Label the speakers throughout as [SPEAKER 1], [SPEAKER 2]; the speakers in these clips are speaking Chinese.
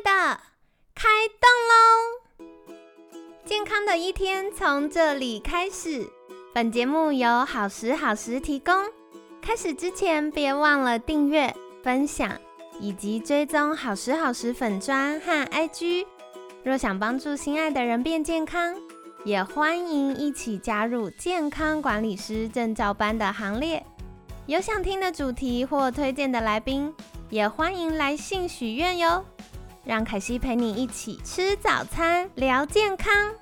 [SPEAKER 1] 的，开动喽！健康的一天从这里开始。本节目由好时好时提供。开始之前，别忘了订阅、分享以及追踪好时好时粉专和 IG。若想帮助心爱的人变健康，也欢迎一起加入健康管理师证照班的行列。有想听的主题或推荐的来宾，也欢迎来信许愿哟。让凯西陪你一起吃早餐，聊健康。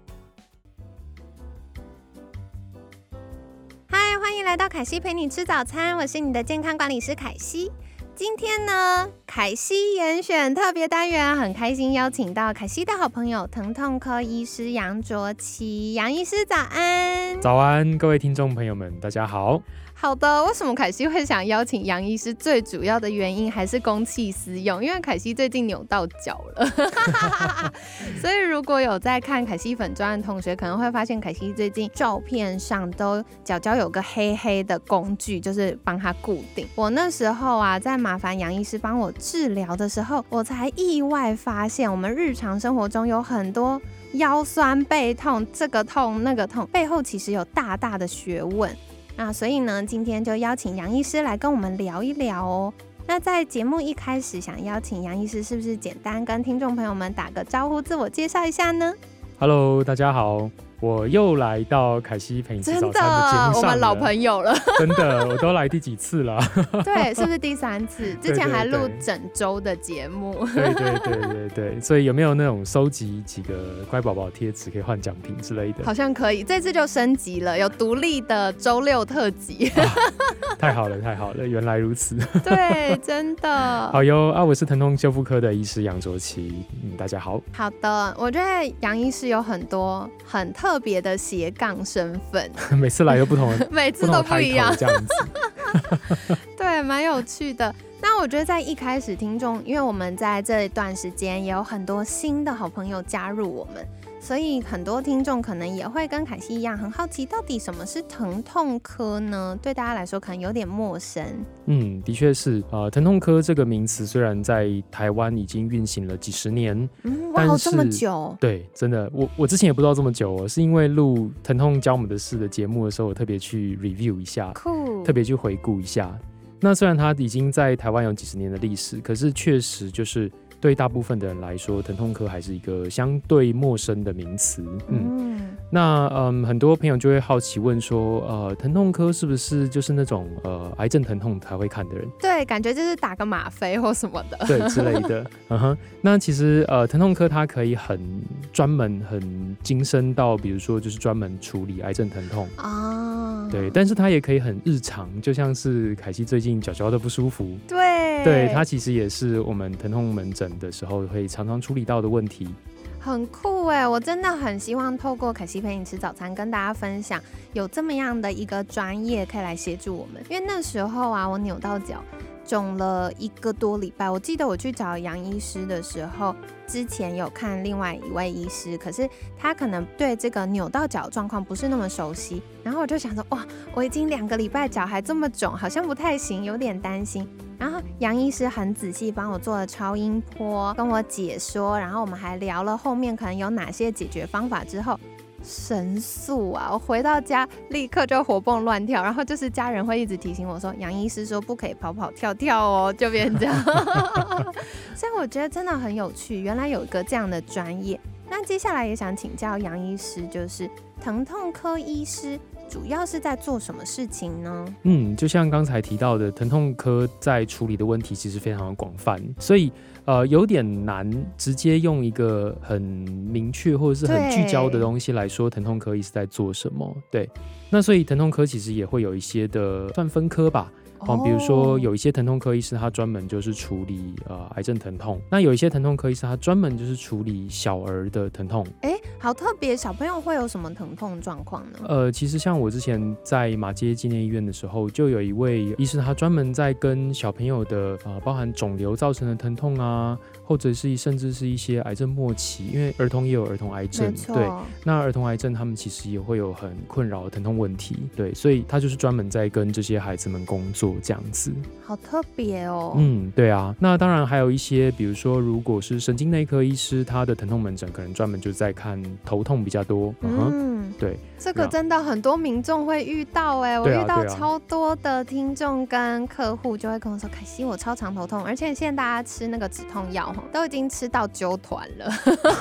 [SPEAKER 1] 嗨，欢迎来到凯西陪你吃早餐，我是你的健康管理师凯西。今天呢，凯西严选特别单元，很开心邀请到凯西的好朋友疼痛科医师杨卓琪。杨医师早安。
[SPEAKER 2] 早安，各位听众朋友们，大家好。
[SPEAKER 1] 好的，为什么凯西会想邀请杨医师？最主要的原因还是公器私用，因为凯西最近扭到脚了，所以如果有在看凯西粉专的同学，可能会发现凯西最近照片上都脚有个黑黑的工具，就是帮它固定。我那时候啊，在麻烦杨医师帮我治疗的时候，我才意外发现，我们日常生活中有很多腰酸背痛，这个痛那个痛，背后其实有大大的学问。那所以呢，今天就邀请杨医师来跟我们聊一聊哦。那在节目一开始，想邀请杨医师，是不是简单跟听众朋友们打个招呼，自我介绍一下呢？
[SPEAKER 2] Hello， 大家好，我又来到凯西陪你吃早餐的节目上了。
[SPEAKER 1] 真的，我们老朋友了。
[SPEAKER 2] 真的，我都来第几次了？
[SPEAKER 1] 对，是不是第3次？之前还录整周的节目。
[SPEAKER 2] 对，所以有没有那种收集几个乖宝宝贴纸可以换奖品之类的？
[SPEAKER 1] 好像可以，这次就升级了，有独立的周6特辑。
[SPEAKER 2] 太好了，原来如此。
[SPEAKER 1] 对，真的。
[SPEAKER 2] 好哟啊，我是疼痛修复科的医师杨卓琪。大家好。
[SPEAKER 1] 好的，我觉得杨医师有很多很特别的斜杠身份，
[SPEAKER 2] 每次来都不同的，
[SPEAKER 1] 每次都不一样，
[SPEAKER 2] 这样子。
[SPEAKER 1] 对，蛮有趣的。那我觉得在一开始听众，因为我们在这一段时间也有很多新的好朋友加入我们，所以很多听众可能也会跟凯西一样很好奇，到底什么是疼痛科呢？对大家来说可能有点陌生。
[SPEAKER 2] 的确是。疼痛科这个名词虽然在台湾已经运行了几十年，
[SPEAKER 1] 哇，这么久。
[SPEAKER 2] 对，真的，我之前也不知道这么久，是因为录疼痛教我们的事的节目的时候，我特别去 review 一下，特别去回顾一下。那虽然它已经在台湾有几十年的历史，可是确实就是对大部分的人来说，疼痛科还是一个相对陌生的名词。那很多朋友就会好奇问说，疼痛科是不是就是那种癌症疼痛才会看的人？
[SPEAKER 1] 对，感觉就是打个吗啡或什么的，
[SPEAKER 2] 对之类的。那其实疼痛科它可以很专门、很精深到，比如说就是专门处理癌症疼痛啊。对，但是它也可以很日常，就像是凯西最近脚的不舒服，对，它其实也是我们疼痛门诊的时候会常常处理到的问题。
[SPEAKER 1] 很酷耶，我真的很希望透过凯西陪你吃早餐跟大家分享，有这么样的一个专业可以来协助我们。因为那时候啊，我扭到脚肿了1个多礼拜，我记得我去找杨医师的时候，之前有看另外一位医师，可是他可能对这个扭到脚状况不是那么熟悉，然后我就想说，哇，我已经2个礼拜脚还这么肿，好像不太行，有点担心。然后杨医师很仔细帮我做了超音波，跟我解说，然后我们还聊了后面可能有哪些解决方法之后，神速啊！我回到家立刻就活蹦乱跳，然后就是家人会一直提醒我说，杨医师说不可以跑跑跳跳哦，就变这样。所以我觉得真的很有趣，原来有一个这样的专业。那接下来也想请教杨医师，就是疼痛科医师主要是在做什么事情呢？
[SPEAKER 2] 就像刚才提到的，疼痛科在处理的问题其实非常的广泛，所以有点难直接用一个很明确或者是很聚焦的东西来说疼痛科医师在做什么。对，那所以疼痛科其实也会有一些的算分科吧。比如说有一些疼痛科医师他专门就是处理癌症疼痛，那有一些疼痛科医师他专门就是处理小儿的疼痛。
[SPEAKER 1] 好特别，小朋友会有什么疼痛状况呢？
[SPEAKER 2] 其实像我之前在马偕纪念医院的时候，就有一位医师他专门在跟小朋友的包含肿瘤造成的疼痛啊，或者是甚至是一些癌症末期，因为儿童也有儿童癌症，对，那儿童癌症他们其实也会有很困扰的疼痛问题，对，所以他就是专门在跟这些孩子们工作。 作这样子。
[SPEAKER 1] 好特别哦。
[SPEAKER 2] 对啊，那当然还有一些，比如说如果是神经内科医师，他的疼痛门诊可能专门就在看头痛比较多。对，
[SPEAKER 1] 这个真的很多民众会遇到我遇到超多的听众跟客户就会跟我说，凯西我超常头痛，而且现在大家吃那个止痛药都已经吃到揪团了。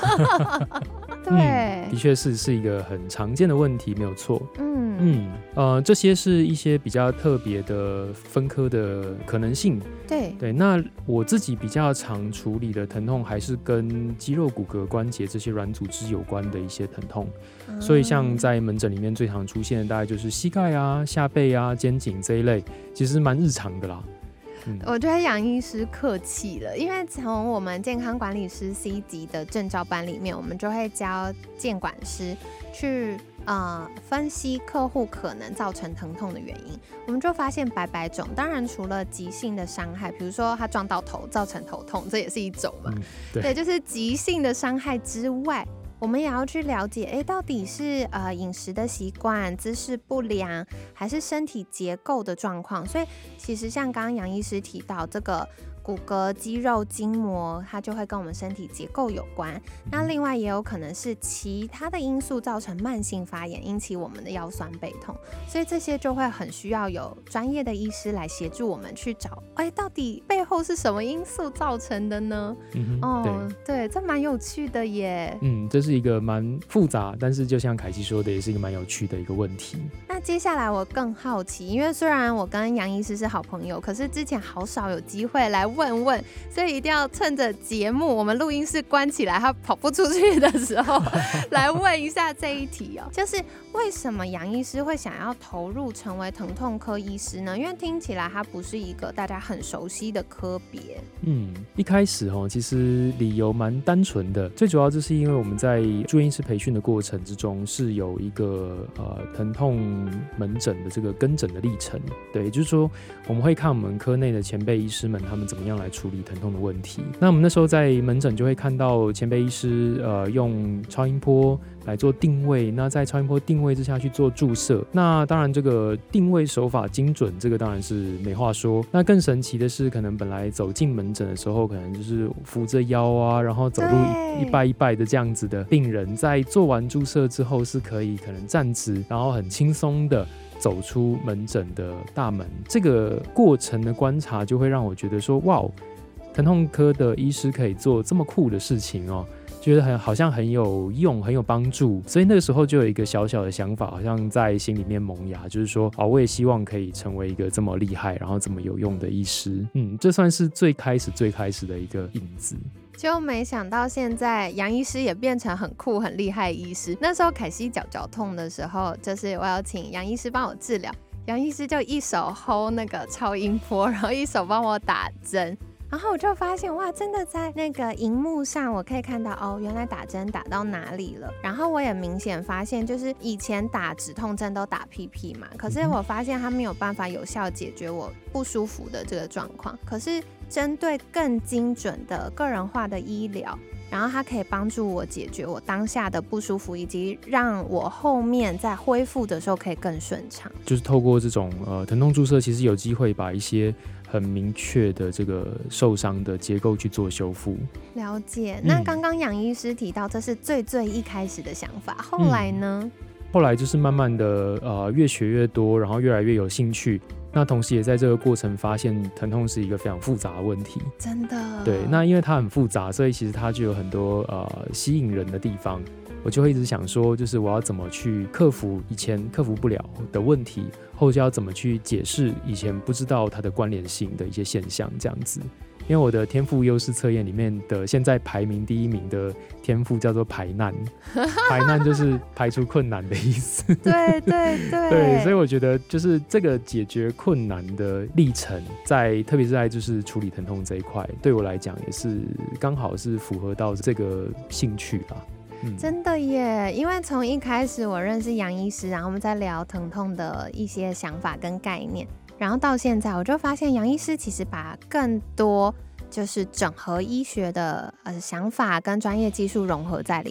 [SPEAKER 1] 对，
[SPEAKER 2] 的确是一个很常见的问题，没有错。这些是一些比较特别的分科的可能性。对，那我自己比较常处理的疼痛还是跟肌肉、骨骼、关节这些软组织有关的一些疼痛。所以像在门诊里面最常出现的大概就是膝盖啊、下背啊、肩颈这一类，其实蛮日常的啦。
[SPEAKER 1] 我觉得杨医师客气了，因为从我们健康管理师 C 级的证照班里面，我们就会教健管师去分析客户可能造成疼痛的原因。我们就发现百百种，当然除了急性的伤害，比如说他撞到头造成头痛，这也是一种嘛。对，就是急性的伤害之外，我们也要去了解，到底是饮食的习惯、姿势不良，还是身体结构的状况。所以其实像刚刚杨医师提到这个骨骼、肌肉、筋膜，它就会跟我们身体结构有关。那另外也有可能是其他的因素造成慢性发炎，引起我们的腰酸背痛。所以这些就会很需要有专业的医师来协助我们去找，到底背后是什么因素造成的呢？对，这蛮有趣的耶。
[SPEAKER 2] 这是一个蛮复杂，但是就像凯西说的，也是一个蛮有趣的一个问题。
[SPEAKER 1] 那接下来我更好奇，因为虽然我跟杨医师是好朋友，可是之前好少有机会来问，所以一定要趁着节目我们录音室关起来，他跑不出去的时候来问一下这一题就是为什么杨医师会想要投入成为疼痛科医师呢？因为听起来他不是一个大家很熟悉的科别。
[SPEAKER 2] 一开始其实理由蛮单纯的，最主要就是因为我们在住院医师培训的过程之中是有一个疼痛门诊的这个跟诊的历程。对，也就是说我们会看我们科内的前辈医师们他们怎么样来处理疼痛的问题。那我们那时候在门诊就会看到前辈医师用超音波来做定位，那在超音波定位之下去做注射。那当然这个定位手法精准，这个当然是没话说。那更神奇的是，可能本来走进门诊的时候可能就是扶着腰啊，然后走路一拜一拜的这样子的病人，在做完注射之后是可以可能站直，然后很轻松的走出门诊的大门。这个过程的观察就会让我觉得说，哇，疼痛科的医师可以做这么酷的事情觉得好像很有用，很有帮助。所以那个时候就有一个小小的想法，好像在心里面萌芽，就是说我也希望可以成为一个这么厉害然后这么有用的医师。这算是最开始的一个影子。
[SPEAKER 1] 就没想到现在杨医师也变成很酷很厉害的医师。那时候凯西脚痛的时候，就是我要请杨医师帮我治疗，杨医师就一手 hold 那个超音波，然后一手帮我打针。然后我就发现，哇，真的在那个荧幕上我可以看到原来打针打到哪里了。然后我也明显发现，就是以前打止痛针都打屁屁嘛，可是我发现它没有办法有效解决我不舒服的这个状况。可是针对更精准的个人化的医疗，然后它可以帮助我解决我当下的不舒服，以及让我后面在恢复的时候可以更顺畅。
[SPEAKER 2] 就是透过这种疼痛注射，其实有机会把一些很明确的这个受伤的结构去做修复。
[SPEAKER 1] 了解。那刚刚杨医师提到这是最一开始的想法，后来呢？
[SPEAKER 2] 后来就是慢慢的越学越多，然后越来越有兴趣。那同时也在这个过程发现疼痛是一个非常复杂的问题。
[SPEAKER 1] 真的。
[SPEAKER 2] 对，那因为它很复杂，所以其实它就有很多吸引人的地方。我就会一直想说，就是我要怎么去克服以前克服不了的问题，后就要怎么去解释以前不知道它的关联性的一些现象，这样子。因为我的天赋优势测验里面的现在排名第1名的天赋叫做排难，排难就是排除困难的意思。
[SPEAKER 1] 对对对。
[SPEAKER 2] 对，所以我觉得就是这个解决困难的历程，特别是在就是处理疼痛这一块，对我来讲也是刚好是符合到这个兴趣吧。
[SPEAKER 1] 真的耶，因为从一开始我认识杨医师，然后我们在聊疼痛的一些想法跟概念，然后到现在我就发现杨医师其实把更多就是整合医学的想法跟专业技术融合在里面。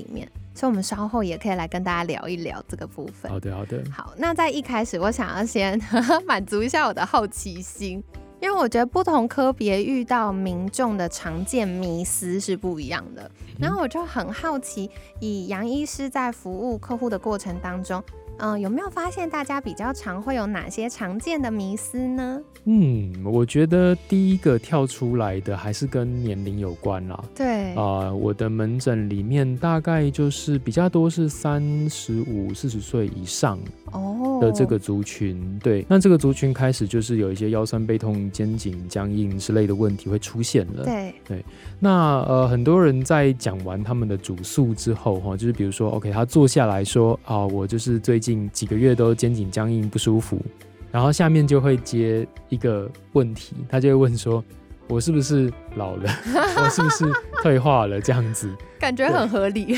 [SPEAKER 1] 所以我们稍后也可以来跟大家聊一聊这个部分。
[SPEAKER 2] 好的好的。
[SPEAKER 1] 好，那在一开始我想要先满足一下我的好奇心，因为我觉得不同科别遇到民众的常见迷思是不一样的，然后我就很好奇，以杨医师在服务客户的过程当中，有没有发现大家比较常会有哪些常见的迷思呢？
[SPEAKER 2] 我觉得第一个跳出来的还是跟年龄有关啦。
[SPEAKER 1] 对，
[SPEAKER 2] 我的门诊里面大概就是比较多是35、40岁以上的这个族群。对，那这个族群开始就是有一些腰酸背痛、肩颈僵硬之类的问题会出现了。
[SPEAKER 1] 对，
[SPEAKER 2] 那很多人在讲完他们的主诉之后，就是比如说 OK， 他坐下来说我就是最近几个月都肩颈僵硬不舒服。然后下面就会接一个问题，他就会问说，我是不是老了？我是不是退化了？这样子
[SPEAKER 1] 感觉很合理。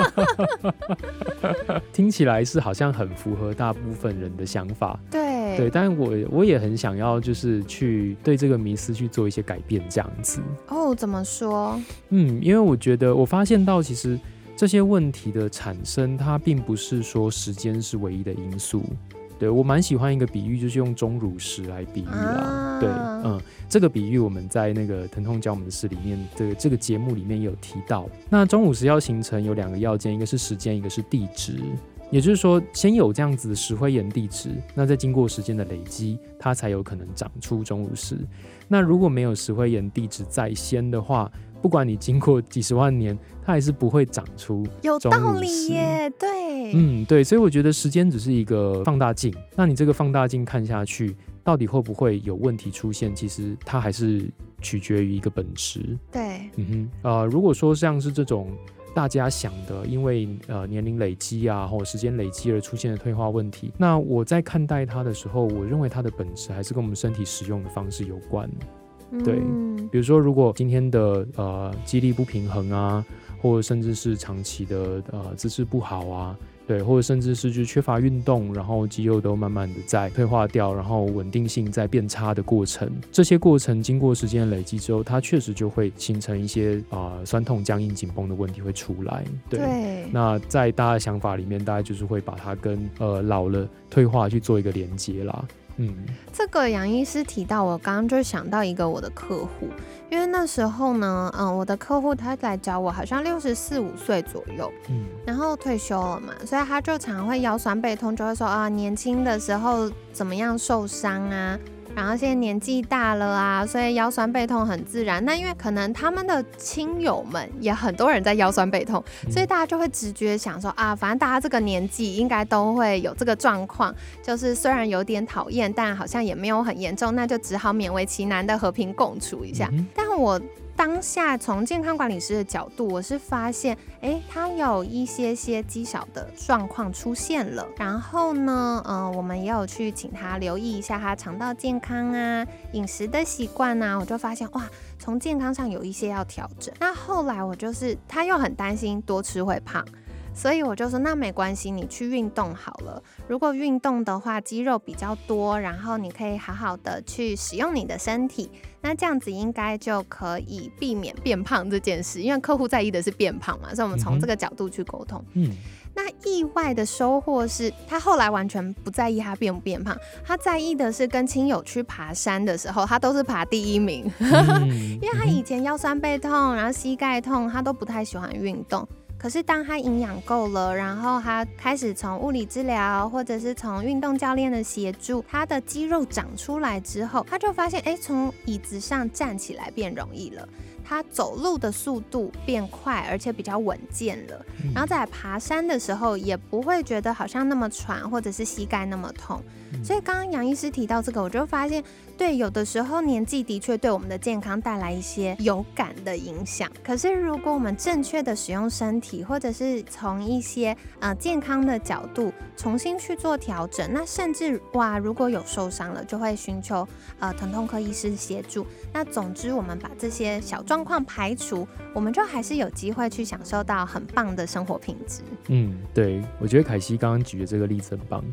[SPEAKER 2] 听起来是好像很符合大部分人的想法。
[SPEAKER 1] 对，
[SPEAKER 2] 但我也很想要就是去对这个迷思去做一些改变这样子。
[SPEAKER 1] 怎么说？
[SPEAKER 2] 因为我觉得我发现到其实这些问题的产生，它并不是说时间是唯一的因素。对，我蛮喜欢一个比喻，就是用钟乳石来比喻啦。对，这个比喻我们在那个疼痛教我们的事里面这个节目里面也有提到。那钟乳石要形成有2个要件，一个是时间，一个是地质。也就是说，先有这样子的石灰岩地质，那再经过时间的累积，它才有可能长出钟乳石。那如果没有石灰岩地质在先的话，不管你经过几十万年，它还是不会长出钟乳石。有道理耶，
[SPEAKER 1] 对，
[SPEAKER 2] 对，所以我觉得时间只是一个放大镜，那你这个放大镜看下去，到底会不会有问题出现，其实它还是取决于一个本质。
[SPEAKER 1] 对，
[SPEAKER 2] 如果说像是这种大家想的，因为年龄累积或时间累积而出现的退化问题，那我在看待它的时候，我认为它的本质还是跟我们身体使用的方式有关。对，比如说如果今天的肌力不平衡或者甚至是长期的姿势不好对，或者甚至是就缺乏运动，然后肌肉都慢慢的在退化掉，然后稳定性在变差的过程，这些过程经过时间累积之后，它确实就会形成一些酸痛、僵硬、紧绷的问题会出来。对，那在大家的想法里面，大概就是会把它跟老了、退化去做一个连结啦。
[SPEAKER 1] 这个杨医师提到，我刚刚就想到一个我的客户，因为那时候呢，我的客户他来找我，好像64、65岁左右，然后退休了嘛，所以他就常会腰酸背痛，就会说年轻的时候怎么样受伤然后现在年纪大了所以腰酸背痛很自然。那因为可能他们的亲友们也很多人在腰酸背痛，所以大家就会直觉想说反正大家这个年纪应该都会有这个状况，就是虽然有点讨厌，但好像也没有很严重，那就只好勉为其难的和平共处一下。但我当下从健康管理师的角度，我是发现他有一些肌小的状况出现了，然后呢我们也有去请他留意一下他肠道健康饮食的习惯我就发现从健康上有一些要调整。那后来我就是他又很担心多吃会胖，所以我就说那没关系，你去运动好了，如果运动的话肌肉比较多，然后你可以好好的去使用你的身体，那这样子应该就可以避免变胖这件事，因为客户在意的是变胖嘛，所以我们从这个角度去沟通。那意外的收获是他后来完全不在意他变不变胖，他在意的是跟亲友去爬山的时候他都是爬第1名因为他以前腰酸背痛，然后膝盖痛，他都不太喜欢运动。可是当他营养够了，然后他开始从物理治疗或者是从运动教练的协助，他的肌肉长出来之后，他就发现从椅子上站起来变容易了，他走路的速度变快，而且比较稳健了，然后再来爬山的时候也不会觉得好像那么喘，或者是膝盖那么痛。所以刚刚杨医师提到这个，我就发现对，有的时候年纪的确对我们的健康带来一些有感的影响，可是如果我们正确的使用身体，或者是从一些健康的角度重新去做调整，那甚至如果有受伤了，就会寻求疼痛科医师协助。那总之我们把这些小状况排除，我们就还是有机会去享受到很棒的生活品质。
[SPEAKER 2] 对，我觉得凯西刚刚举的这个例子很棒。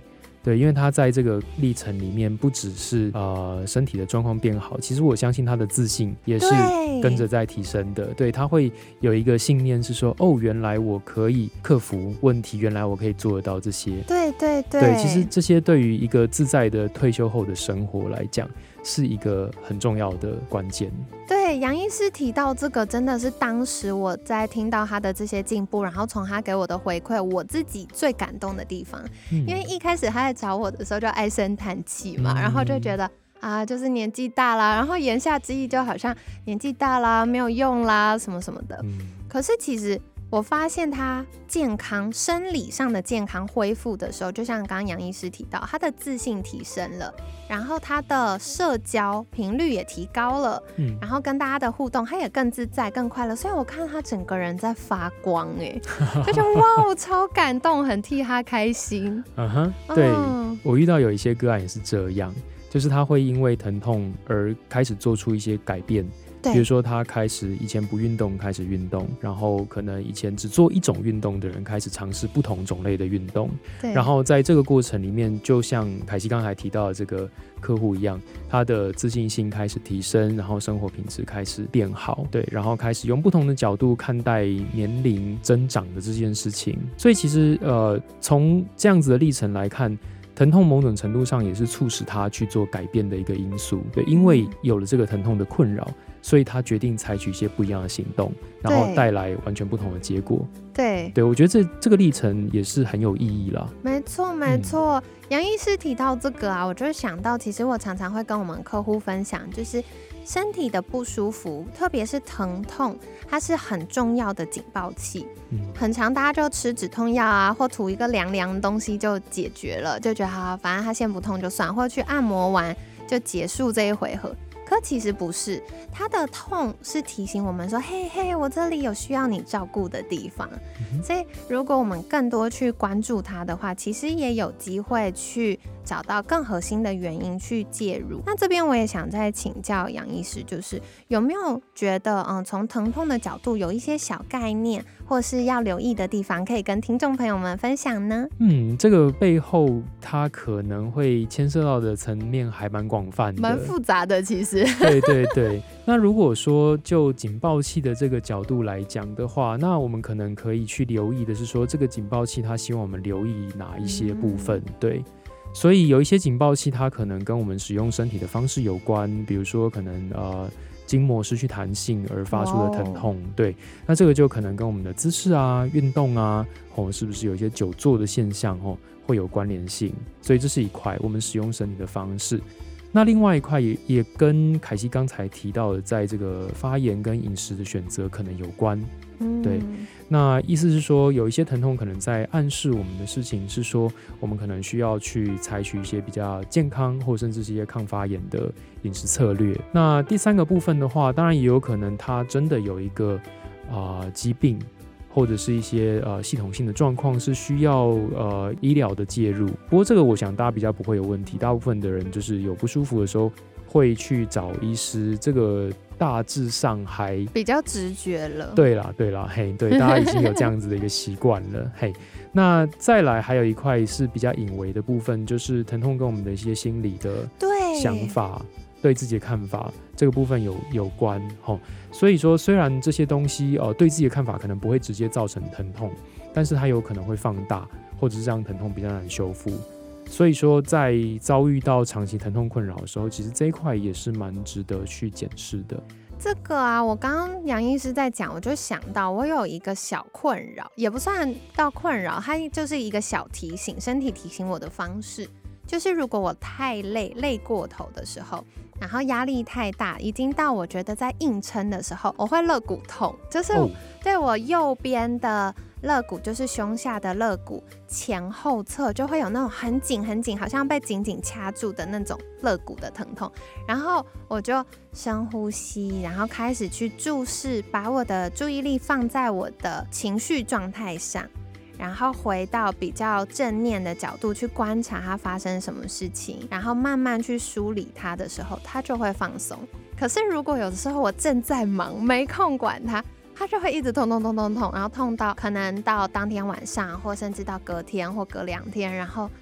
[SPEAKER 2] 对，因为他在这个历程里面不只是身体的状况变好，其实我相信他的自信也是跟着在提升的。对，他会有一个信念是说，哦，原来我可以克服问题，原来我可以做得到这些。
[SPEAKER 1] 对对对，
[SPEAKER 2] 对，其实这些对于一个自在的退休后的生活来讲，是一个很重要的关键。
[SPEAKER 1] 对，杨医师提到这个，真的是当时我在听到他的这些进步，然后从他给我的回馈，我自己最感动的地方。因为一开始他在找我的时候就唉声叹气嘛，然后就觉得啊，就是年纪大啦，然后言下之意就好像年纪大啦，没有用啦，什么什么的。可是其实我发现他健康，生理上的健康恢复的时候，就像刚刚杨医师提到，他的自信提升了，然后他的社交频率也提高了，然后跟大家的互动他也更自在更快乐，所以我看他整个人在发光，就觉得哇，我超感动，很替他开心。
[SPEAKER 2] 对，我遇到有一些个案也是这样，就是他会因为疼痛而开始做出一些改变，比如说他开始以前不运动开始运动，然后可能以前只做一种运动的人开始尝试不同种类的运动，然后在这个过程里面，就像凯西刚才提到的这个客户一样，他的自信心开始提升，然后生活品质开始变好，对，然后开始用不同的角度看待年龄增长的这件事情。所以其实从这样子的历程来看，疼痛某种程度上也是促使他去做改变的一个因素，对，因为有了这个疼痛的困扰，所以他决定采取一些不一样的行动，然后带来完全不同的结果。对，我觉得这个历程也是很有意义啦。
[SPEAKER 1] 没错没错，杨医师提到这个啊，我就想到，其实我常常会跟我们客户分享，就是身体的不舒服，特别是疼痛，它是很重要的警报器。很常大家就吃止痛药啊，或涂一个凉凉的东西就解决了，就觉得好，反正它先不痛就算，或者去按摩完就结束这一回合。可其实不是，它的痛是提醒我们说，嘿嘿，我这里有需要你照顾的地方。所以如果我们更多去关注它的话，其实也有机会去找到更核心的原因去介入。那这边我也想再请教杨医师，就是有没有觉得从疼痛的角度有一些小概念或是要留意的地方可以跟听众朋友们分享呢？
[SPEAKER 2] 这个背后它可能会牵涉到的层面还蛮广泛的，
[SPEAKER 1] 蛮复杂的其实。
[SPEAKER 2] 对对对，那如果说就警报器的这个角度来讲的话，那我们可能可以去留意的是说，这个警报器它希望我们留意哪一些部分。对，所以有一些警报器它可能跟我们使用身体的方式有关，比如说可能筋膜失去弹性而发出的疼痛，对，那这个就可能跟我们的姿势啊、运动啊，是不是有一些久坐的现象会有关联性，所以这是一块我们使用身体的方式。那另外一块也跟凯西刚才提到的，在这个发炎跟饮食的选择可能有关。对，那意思是说，有一些疼痛可能在暗示我们的事情是说，我们可能需要去采取一些比较健康或甚至是一些抗发炎的饮食策略。那第三个部分的话，当然也有可能它真的有一个疾病，或者是一些系统性的状况是需要医疗的介入。不过这个我想大家比较不会有问题，大部分的人就是有不舒服的时候会去找医师，这个大致上还
[SPEAKER 1] 比较直觉了。
[SPEAKER 2] 对啦，嘿，对，大家已经有这样子的一个习惯了。嘿，那再来还有一块是比较隐微的部分，就是疼痛跟我们的一些心理的想法，对自己的看法，这个部分有关。所以说虽然这些东西对自己的看法可能不会直接造成疼痛，但是它有可能会放大，或者是让疼痛比较难修复。所以说在遭遇到长期疼痛困扰的时候，其实这一块也是蛮值得去检视的。
[SPEAKER 1] 这个啊，我刚刚杨医师在讲，我就想到我有一个小困扰，也不算到困扰，它就是一个小提醒，身体提醒我的方式，就是如果我太累过头的时候，然后压力太大，已经到我觉得在硬撑的时候，我会肋骨痛，就是对我右边的肋骨，就是胸下的肋骨前后侧就会有那种很紧很紧，好像被紧紧掐住的那种肋骨的疼痛。然后我就深呼吸，然后开始去注视，把我的注意力放在我的情绪状态上，然后回到比较正面的角度去观察它发生什么事情，然后慢慢去梳理它的时候，它就会放松。可是如果有的时候我正在忙，没空管它就会一直痛，然后痛到可能到当天晚上，或甚至到隔天或隔2天，然后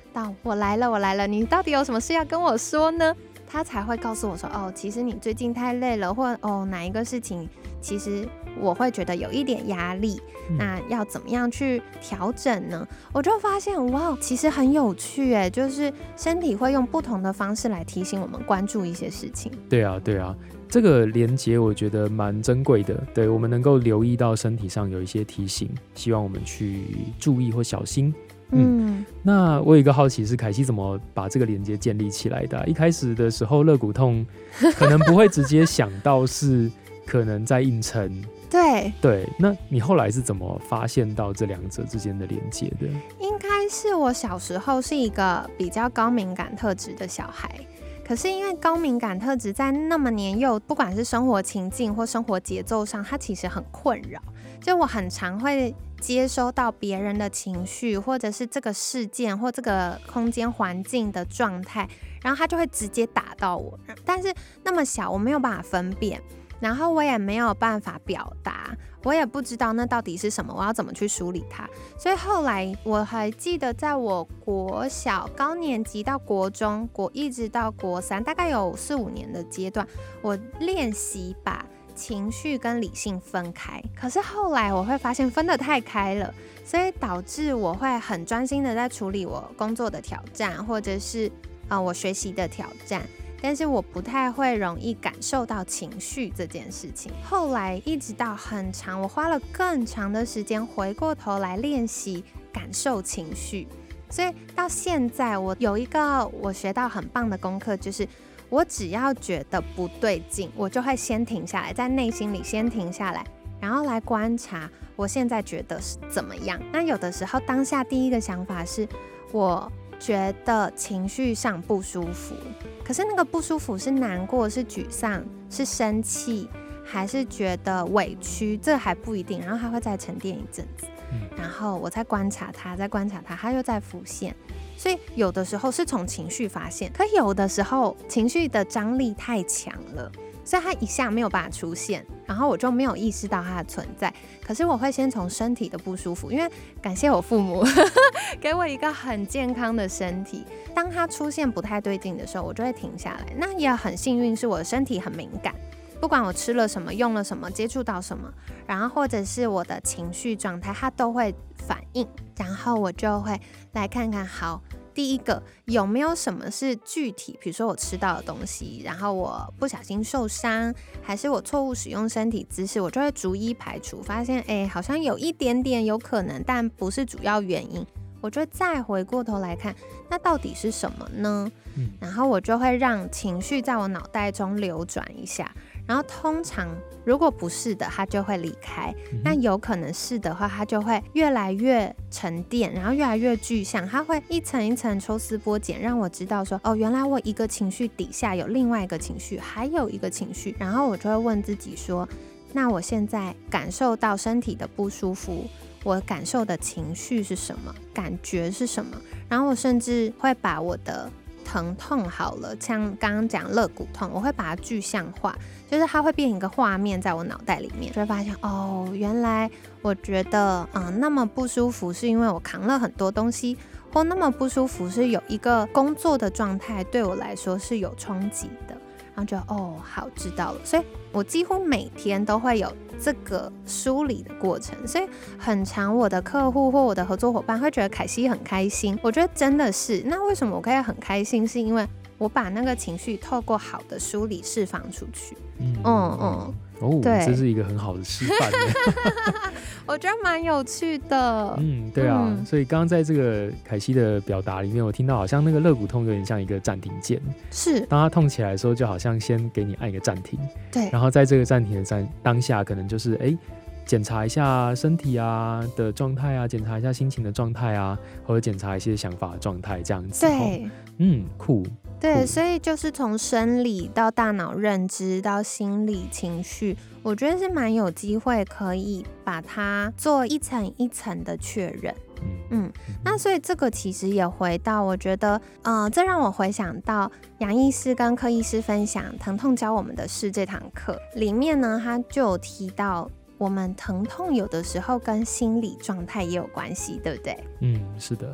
[SPEAKER 1] 到我来了，你到底有什么事要跟我说呢？他才会告诉我说，哦，其实你最近太累了，或哪一个事情其实我会觉得有一点压力，那要怎么样去调整呢？我就发现哇，其实很有趣耶，就是身体会用不同的方式来提醒我们关注一些事情。
[SPEAKER 2] 对啊，这个连结我觉得蛮珍贵的，对，我们能够留意到身体上有一些提醒，希望我们去注意或小心。那我有一个好奇是凯西怎么把这个连接建立起来的一开始的时候肋骨痛可能不会直接想到是可能在硬撑对，那你后来是怎么发现到这两者之间的连接的？
[SPEAKER 1] 应该是我小时候是一个比较高敏感特质的小孩，可是因为高敏感特质在那么年幼，不管是生活情境或生活节奏上，它其实很困扰，就我很常会接收到别人的情绪，或者是这个事件或这个空间环境的状态，然后它就会直接打到我，但是那么小我没有办法分辨，然后我也没有办法表达，我也不知道那到底是什么，我要怎么去梳理它。所以后来我还记得在我国小高年级到国中一直到国3，大概有4-5年的阶段，我练习把情绪跟理性分开，可是后来我会发现分得太开了，所以导致我会很专心的在处理我工作的挑战，或者是我学习的挑战，但是我不太会容易感受到情绪这件事情。后来一直到很长，我花了更长的时间回过头来练习感受情绪，所以到现在我有一个我学到很棒的功课，就是我只要觉得不对劲，我就会先停下来，在内心里先停下来，然后来观察我现在觉得是怎么样。那有的时候当下第一个想法是我觉得情绪上不舒服，可是那个不舒服是难过，是沮丧，是生气，还是觉得委屈，这还不一定，然后它会再沉淀一阵子，然后我再观察它，它又再浮现。所以有的时候是从情绪发现，可有的时候情绪的张力太强了，所以它一下没有办法出现，然后我就没有意识到它的存在。可是我会先从身体的不舒服，因为感谢我父母给我一个很健康的身体，当它出现不太对劲的时候，我就会停下来。那也很幸运是我的身体很敏感，不管我吃了什么，用了什么，接触到什么，然后或者是我的情绪状态，它都会反应，然后我就会来看看，好，第一个有没有什么是具体，比如说我吃到的东西，然后我不小心受伤，还是我错误使用身体姿势，我就会逐一排除，发现好像有一点点有可能，但不是主要原因，我就再回过头来看，那到底是什么呢？然后我就会让情绪在我脑袋中流转一下，然后通常如果不是的，它就会离开，那有可能是的话，它就会越来越沉淀，然后越来越具象，它会一层一层抽丝剥茧，让我知道说，原来我一个情绪底下有另外一个情绪，还有一个情绪，然后我就会问自己说，那我现在感受到身体的不舒服，我感受的情绪是什么，感觉是什么，然后我甚至会把我的疼痛好了，像刚刚讲肋骨痛，我会把它具象化，就是它会变一个画面在我脑袋里面，就会发现原来我觉得那么不舒服是因为我扛了很多东西，或那么不舒服是有一个工作的状态对我来说是有冲击的，然后就好，知道了。所以我几乎每天都会有这个梳理的过程，所以很常我的客户或我的合作伙伴会觉得凯西很开心，我觉得真的是。那为什么我可以很开心？是因为我把那个情绪透过好的梳理释放出去。对，
[SPEAKER 2] 这是一个很好的示范
[SPEAKER 1] 我觉得蛮有趣的。
[SPEAKER 2] 对啊，所以刚刚在这个凯西的表达里面，我听到好像那个肋骨痛有点像一个暂停键，
[SPEAKER 1] 是
[SPEAKER 2] 当它痛起来的时候，就好像先给你按一个暂停，
[SPEAKER 1] 对，
[SPEAKER 2] 然后在这个暂停的当下，可能就是检查一下身体的状态啊，检查一下心情的状态啊，或者检查一些想法的状态，这样子。
[SPEAKER 1] 对，
[SPEAKER 2] 酷。
[SPEAKER 1] 对，所以就是从生理到大脑认知到心理情绪，我觉得是蛮有机会可以把它做一层一层的确认。那所以这个其实也回到，我觉得这让我回想到杨医师跟柯医师分享疼痛教我们的事这堂课里面呢，他就有提到我们疼痛有的时候跟心理状态也有关系，对不对？
[SPEAKER 2] 是的。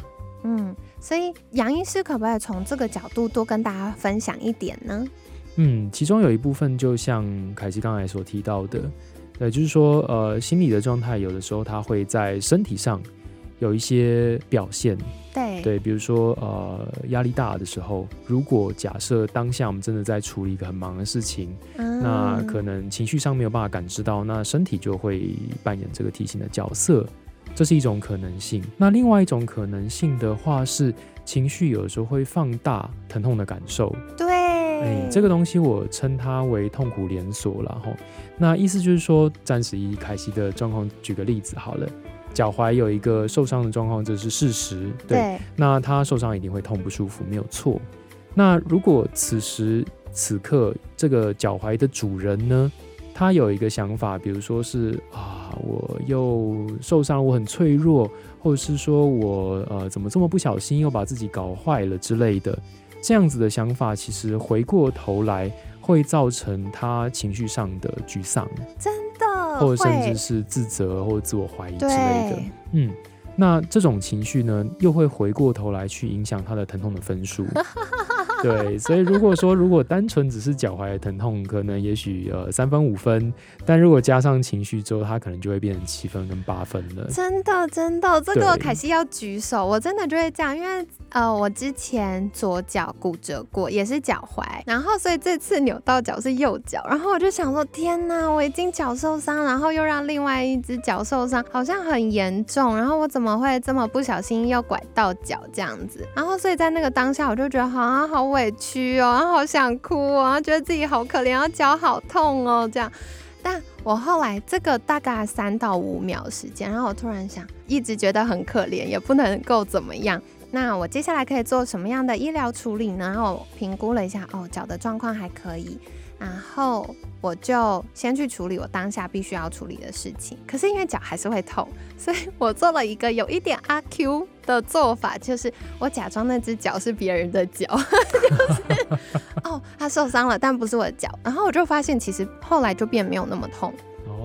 [SPEAKER 1] 所以杨医师可不可以从这个角度多跟大家分享一点呢？
[SPEAKER 2] 其中有一部分就像凯西刚才所提到的，就是说心理的状态有的时候它会在身体上有一些表现，对，比如说压力大的时候，如果假设当下我们真的在处理一个很忙的事情，那可能情绪上没有办法感知到，那身体就会扮演这个提醒的角色，这是一种可能性。那另外一种可能性的话是，情绪有的时候会放大疼痛的感受。
[SPEAKER 1] 对，
[SPEAKER 2] 这个东西我称它为痛苦连锁啦。那意思就是说，暂时以凯西的状况举个例子好了。脚踝有一个受伤的状况，这是事实。对，那他受伤一定会痛不舒服，没有错。那如果此时此刻这个脚踝的主人呢，他有一个想法，比如说是我又受伤，我很脆弱，或者是说我怎么这么不小心又把自己搞坏了之类的，这样子的想法，其实回过头来会造成他情绪上的沮丧。
[SPEAKER 1] 真的，
[SPEAKER 2] 或者甚至是自责或者自我怀疑之类的。那这种情绪呢，又会回过头来去影响他的疼痛的分数。对，所以如果单纯只是脚踝的疼痛，可能也许3分5分，但如果加上情绪之后，它可能就会变成7分跟8分了。
[SPEAKER 1] 真的，这个凯西要举手，我真的就会这样，因为我之前左脚骨折过，也是脚踝，然后所以这次扭到脚是右脚，然后我就想说，天哪，我已经脚受伤，然后又让另外一只脚受伤，好像很严重，然后我怎么会这么不小心又拐到脚这样子？然后所以在那个当下，我就觉得好委屈哦，然后好想哭哦，然后觉得自己好可怜，然后脚好痛哦，这样。但我后来这个大概3到5秒时间，然后我突然想，一直觉得很可怜，也不能够怎么样。那我接下来可以做什么样的医疗处理呢？然后我评估了一下，脚的状况还可以，然后我就先去处理我当下必须要处理的事情。可是因为脚还是会痛，所以我做了一个有一点阿 Q 的做法，就是我假装那只脚是别人的脚，就是他受伤了，但不是我的脚。然后我就发现，其实后来就变没有那么痛。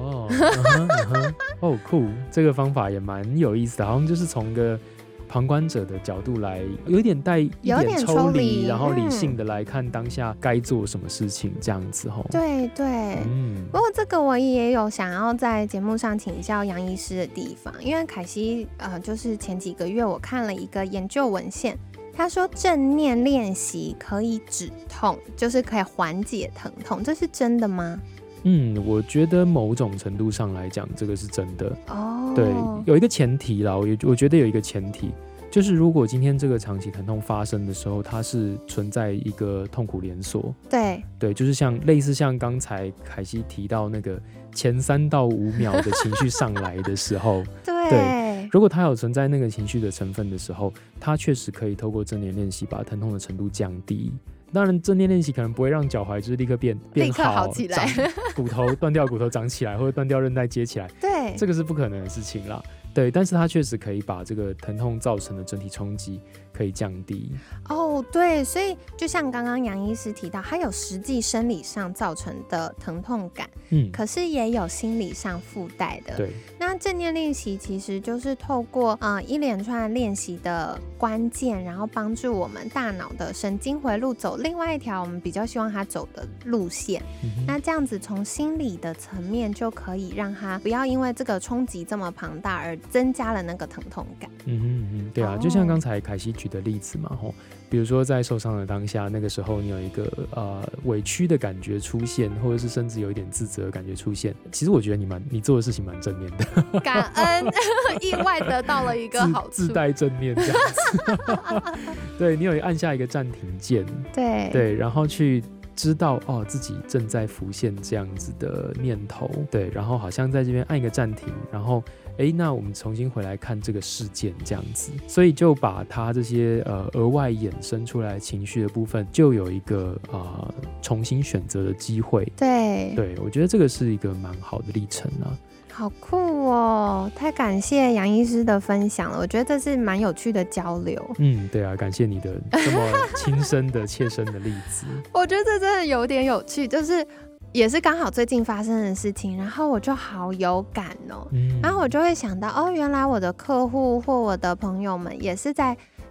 [SPEAKER 2] 酷，这个方法也蛮有意思的，好像就是从个旁观者的角度来，有点带一点抽离，然后理性的来看当下该做什么事情，这样子吼。
[SPEAKER 1] 对，不过这个我也有想要在节目上请教杨医师的地方，因为凯西就是前几个月我看了一个研究文献，他说正念练习可以止痛，就是可以缓解疼痛，这是真的吗？
[SPEAKER 2] 我觉得某种程度上来讲，这个是真的。对，有一个前提啦，我觉得有一个前提，就是如果今天这个长期疼痛发生的时候，它是存在一个痛苦连锁。对，就是类似像刚才凯西提到那个前3到5秒的情绪上来的时候，对，如果它有存在那个情绪的成分的时候，它确实可以透过正念练习把疼痛的程度降低。当然正念练习可能不会让脚踝就是立刻变好
[SPEAKER 1] 起来，
[SPEAKER 2] 骨头断掉骨头长起来，或者断掉韧带接起来，
[SPEAKER 1] 对，
[SPEAKER 2] 这个是不可能的事情啦。对，但是它确实可以把这个疼痛造成的整体冲击可以降低。
[SPEAKER 1] 对，所以就像刚刚杨医师提到，它有实际生理上造成的疼痛感，可是也有心理上附带的。
[SPEAKER 2] 对，
[SPEAKER 1] 那正念练习其实就是透过一连串练习的关键，然后帮助我们大脑的神经回路走另外一条我们比较希望它走的路线。那这样子从心理的层面就可以让它不要因为这个冲击这么庞大而增加了那个疼痛感。
[SPEAKER 2] 对啊，就像刚才凯西举的例子嘛，比如说在受伤的当下，那个时候你有一个委屈的感觉出现，或者是甚至有一点自责的感觉出现，其实我觉得你做的事情蛮正面的，
[SPEAKER 1] 感恩意外得到了一个好处，
[SPEAKER 2] 自带正面这样子。对，你有按下一个暂停键，对，然后去知道自己正在浮现这样子的念头，对，然后好像在这边按一个暂停，然后那我们重新回来看这个事件这样子，所以就把它这些额外衍生出来情绪的部分，就有一个重新选择的机会。对，我觉得这个是一个蛮好的历程啊。
[SPEAKER 1] 好酷哦！太感谢杨医师的分享了，我觉得这是蛮有趣的交流。
[SPEAKER 2] 对啊，感谢你的这么亲身的切身的例子。
[SPEAKER 1] 我觉得这真的有点有趣，就是也是刚好最近发生的事情，然后我就好有感哦。然后我就会想到原来我的客户或我的朋友们也是在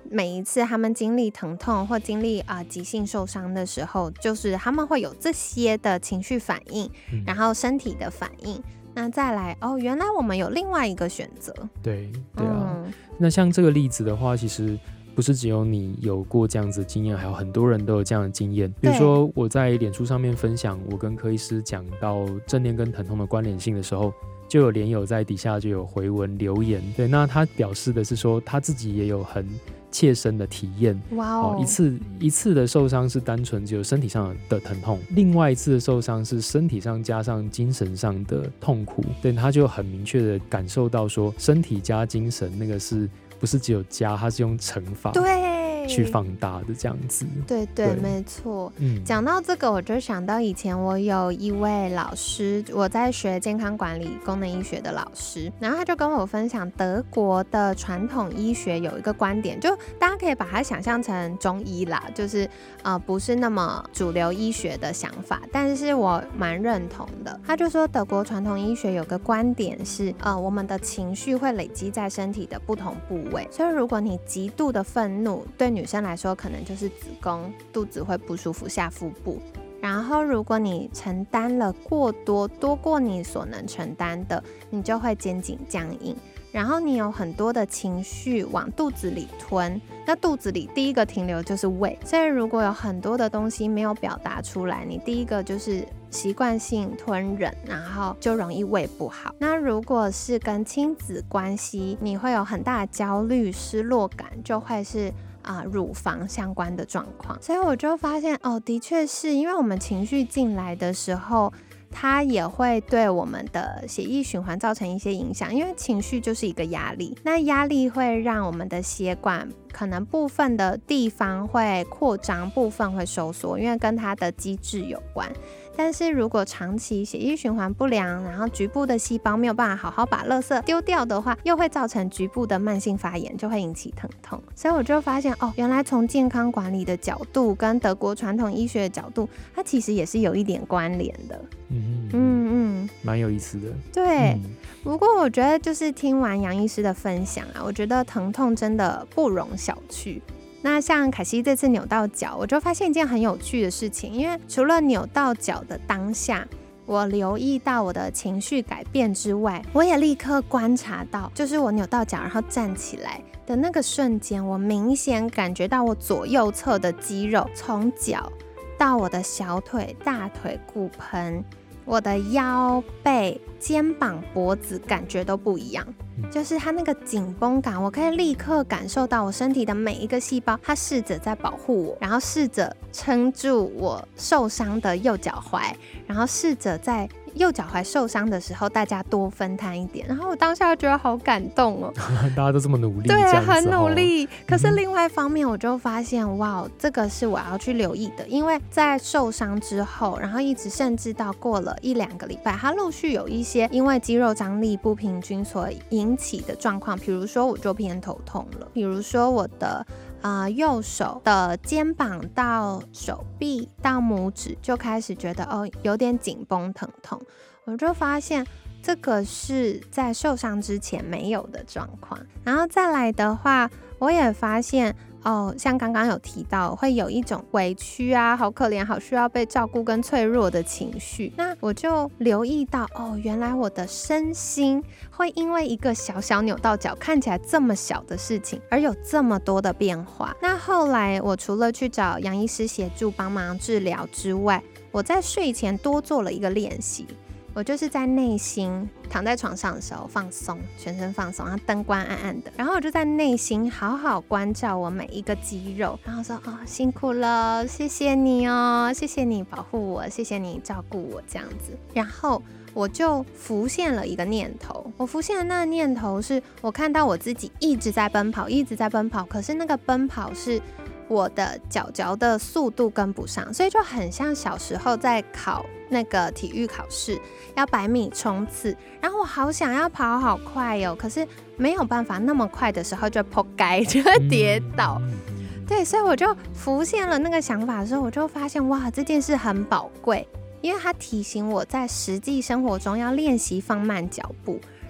[SPEAKER 1] 每一次他们经历疼痛或经历急性受伤的时候，就是他们会有这些的情绪反应，然后身体的反应。那再来原来我们有另外一个选择。
[SPEAKER 2] 对啊，那像这个例子的话，其实不是只有你有过这样子的经验，还有很多人都有这样的经验。比如说我在脸书上面分享我跟柯医师讲到正念跟疼痛的关联性的时候，就有连友在底下就有回文留言。对，那他表示的是说他自己也有很切身的体验。
[SPEAKER 1] 哇
[SPEAKER 2] 一次的受伤是单纯只有身体上的疼痛，另外一次的受伤是身体上加上精神上的痛苦。对，他就很明确的感受到说身体加精神那个是不是只有加，它是用乘法去放大的这样子。
[SPEAKER 1] 对，没错。讲到这个我就想到以前我有一位老师，我在学健康管理功能医学的老师，然后他就跟我分享德国的传统医学有一个观点，就大家可以把它想象成中医啦，就是不是那么主流医学的想法，但是我蛮认同的。他就说德国传统医学有个观点是我们的情绪会累积在身体的不同部位，所以如果你极度的愤怒，对女生来说可能就是子宫，肚子会不舒服，下腹部。然后如果你承担了过多，多过你所能承担的，你就会肩颈僵硬，然后你有很多的情绪往肚子里吞，那肚子里第一个停留就是胃，所以如果有很多的东西没有表达出来，你第一个就是习惯性吞忍，然后就容易胃不好。那如果是跟亲子关系，你会有很大的焦虑失落感，就会是乳房相关的状况。所以我就发现的确是因为我们情绪进来的时候，它也会对我们的血液循环造成一些影响，因为情绪就是一个压力，那压力会让我们的血管可能部分的地方会扩张，部分会收缩，因为跟它的机制有关。但是如果长期血液循环不良，然后局部的细胞没有办法好好把垃圾丢掉的话，又会造成局部的慢性发炎，就会引起疼痛。所以我就发现原来从健康管理的角度跟德国传统医学的角度，它其实也是有一点关联的。
[SPEAKER 2] 蛮有意思的。
[SPEAKER 1] 对，不过我觉得就是听完杨医师的分享我觉得疼痛真的不容小觑。那像凯西这次扭到脚，我就发现一件很有趣的事情，因为除了扭到脚的当下我留意到我的情绪改变之外，我也立刻观察到，就是我扭到脚然后站起来的那个瞬间，我明显感觉到我左右侧的肌肉从脚到我的小腿、大腿、骨盆，我的腰背、肩膀、脖子感觉都不一样，就是它那个紧绷感，我可以立刻感受到我身体的每一个细胞，它试着在保护我，然后试着撑住我受伤的右脚踝，然后试着在右脚踝受伤的时候大家多分摊一点，然后我当下觉得好感动
[SPEAKER 2] 大家都这么努力，
[SPEAKER 1] 对，很努力。可是另外一方面我就发现哇，这个是我要去留意的，因为在受伤之后，然后一直甚至到过了1-2个礼拜，它陆续有一些因为肌肉张力不平均所引起的状况，比如说我就偏头痛了，比如说我的右手的肩膀到手臂到拇指就开始觉得有点紧绷疼痛，我就发现这个是在受伤之前没有的状况。然后再来的话，我也发现像刚刚有提到会有一种委屈好可怜好需要被照顾跟脆弱的情绪，那我就留意到原来我的身心会因为一个小小扭到脚看起来这么小的事情而有这么多的变化。那后来我除了去找杨医师协助帮忙治疗之外，我在睡前多做了一个练习，我就是在内心躺在床上的时候放松，全身放松，然后灯光暗暗的，然后我就在内心好好关照我每一个肌肉，然后说辛苦了，谢谢你谢谢你保护我，谢谢你照顾我这样子。然后我就浮现了一个念头，我浮现的那个念头是我看到我自己一直在奔跑，可是那个奔跑是我的脚的速度跟不上，所以就很像小时候在考那个体育考试要100米冲刺，然后我好想要跑好快可是没有办法那么快的时候就扑街，就会跌倒。对，所以我就浮现了那个想法的时候，我就发现哇，这件事很宝贵，因为它提醒我在实际生活中要练习放慢脚步，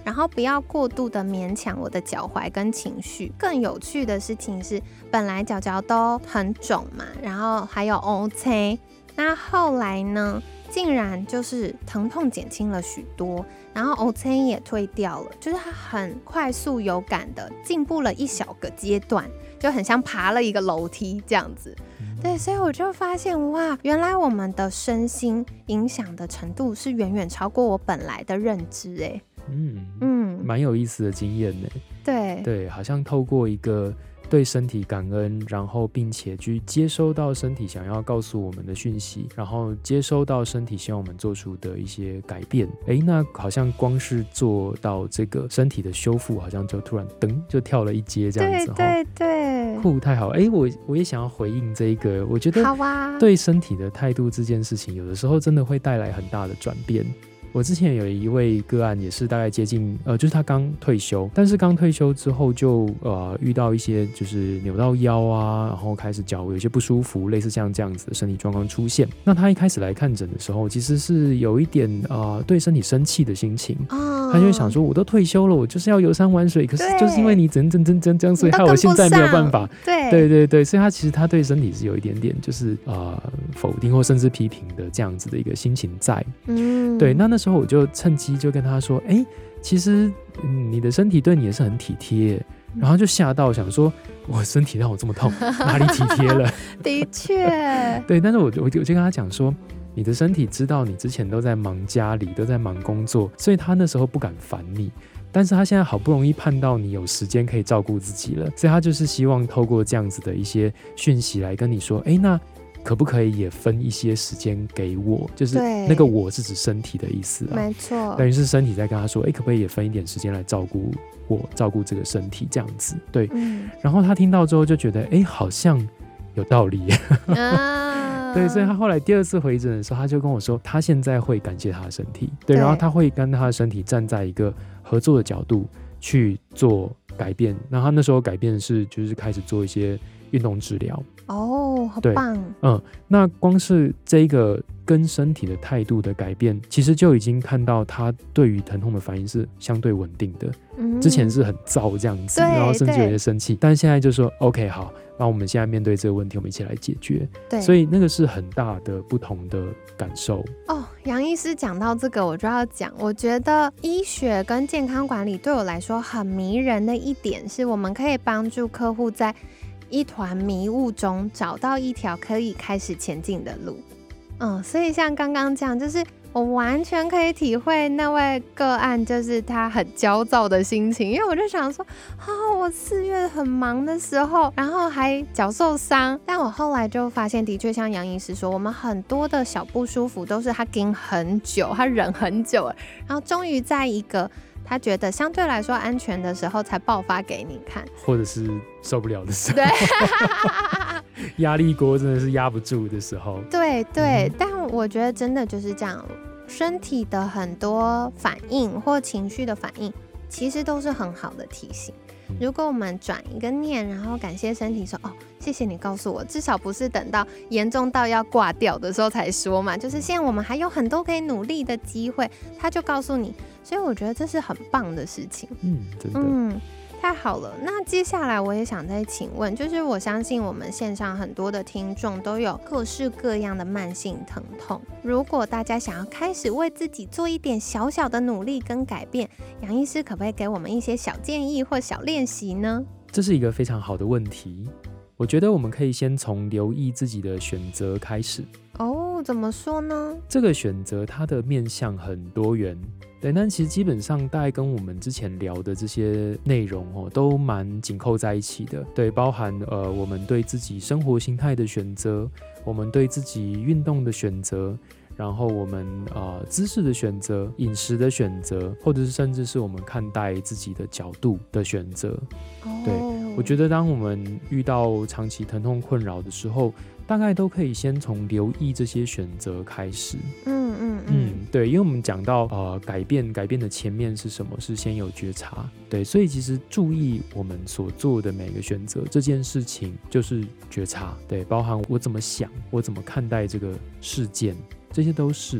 [SPEAKER 1] 然后不要过度的勉强我的脚踝跟情绪。更有趣的事情是，本来脚脚都很肿嘛，然后还有 OK， 那后来呢竟然就是疼痛减轻了许多，然后 OK 也退掉了，就是它很快速有感的进步了一小个阶段，就很像爬了一个楼梯这样子。对，所以我就发现哇，原来我们的身心影响的程度是远远超过我本来的认知哎。
[SPEAKER 2] 蛮有意思的经验呢。对，好像透过一个对身体感恩，然后并且去接收到身体想要告诉我们的讯息，然后接收到身体希望我们做出的一些改变。那好像光是做到这个身体的修复，好像就突然噔就跳了一阶这样子。
[SPEAKER 1] 对，
[SPEAKER 2] 酷，太好了。我也想要回应这个，我觉得对身体的态度这件事情，有的时候真的会带来很大的转变。我之前有一位个案，也是大概接近就是他刚退休，但是刚退休之后就遇到一些就是扭到腰啊，然后开始脚有一些不舒服，类似像这样子的身体状况出现。那他一开始来看诊的时候，其实是有一点对身体生气的心情，他就会想说，我都退休了，我就是要游山玩水，可是就是因为你怎样，所以害我现在没有办法。对，所以他其实他对身体是有一点点就是否定或甚至批评的这样子的一个心情在。对，那时候我就趁机就跟他说，其实你的身体对你也是很体贴，然后就吓到想说，我身体让我这么痛，哪里体贴了？
[SPEAKER 1] 的确，
[SPEAKER 2] 对，但是我就跟他讲说，你的身体知道你之前都在忙家里，都在忙工作，所以他那时候不敢烦你。但是他现在好不容易盼到你有时间可以照顾自己了，所以他就是希望透过这样子的一些讯息来跟你说，那可不可以也分一些时间给我？就是那个我是指身体的意思啊，
[SPEAKER 1] 没错，
[SPEAKER 2] 等于是身体在跟他说，可不可以也分一点时间来照顾我，照顾这个身体这样子。对，然后他听到之后就觉得，好像有道理。对，所以他后来第二次回诊的时候，他就跟我说，他现在会感谢他的身体，对，然后他会跟他的身体站在一个合作的角度去做改变。那他那时候改变的是，就是开始做一些运动治疗。
[SPEAKER 1] 好棒。
[SPEAKER 2] 那光是这个跟身体的态度的改变，其实就已经看到他对于疼痛的反应是相对稳定的。之前是很躁这样子，然后甚至有些生气，但现在就说 OK 好，那我们现在面对这个问题，我们一起来解决。对，所以那个是很大的不同的感受。
[SPEAKER 1] 杨医师讲到这个，我就要讲，我觉得医学跟健康管理对我来说很迷人的一点是，我们可以帮助客户在一团迷雾中找到一条可以开始前进的路。所以像刚刚讲，就是我完全可以体会那位个案，就是他很焦躁的心情，因为我就想说，我4月很忙的时候，然后还脚受伤，但我后来就发现，的确像杨医师说，我们很多的小不舒服都是他盯很久，他忍很久了，然后终于在一个他觉得相对来说安全的时候才爆发给你看，
[SPEAKER 2] 或者是受不了的时候，压力锅真的是压不住的时候。对，
[SPEAKER 1] 但我觉得真的就是这样，身体的很多反应或情绪的反应其实都是很好的提醒。如果我们转一个念，然后感谢身体说，谢谢你告诉我，至少不是等到严重到要挂掉的时候才说嘛，就是现在我们还有很多可以努力的机会，他就告诉你，所以我觉得这是很棒的事情。
[SPEAKER 2] 真的。
[SPEAKER 1] 太好了，那接下来我也想再请问，就是我相信我们线上很多的听众都有各式各样的慢性疼痛，如果大家想要开始为自己做一点小小的努力跟改变，杨医师可不可以给我们一些小建议或小练习呢？
[SPEAKER 2] 这是一个非常好的问题，我觉得我们可以先从留意自己的选择开始。
[SPEAKER 1] 怎么说呢？
[SPEAKER 2] 这个选择它的面向很多元，对，但其实基本上大概跟我们之前聊的这些内容都蛮紧扣在一起的，对，包含我们对自己生活形态的选择，我们对自己运动的选择，然后我们姿势的选择，饮食的选择，或者是甚至是我们看待自己的角度的选择。对，我觉得当我们遇到长期疼痛困扰的时候，大概都可以先从留意这些选择开始。对，因为我们讲到改变的前面是什么？是先有觉察。对，所以其实注意我们所做的每个选择，这件事情就是觉察。对，包含我怎么想，我怎么看待这个事件，这些都是。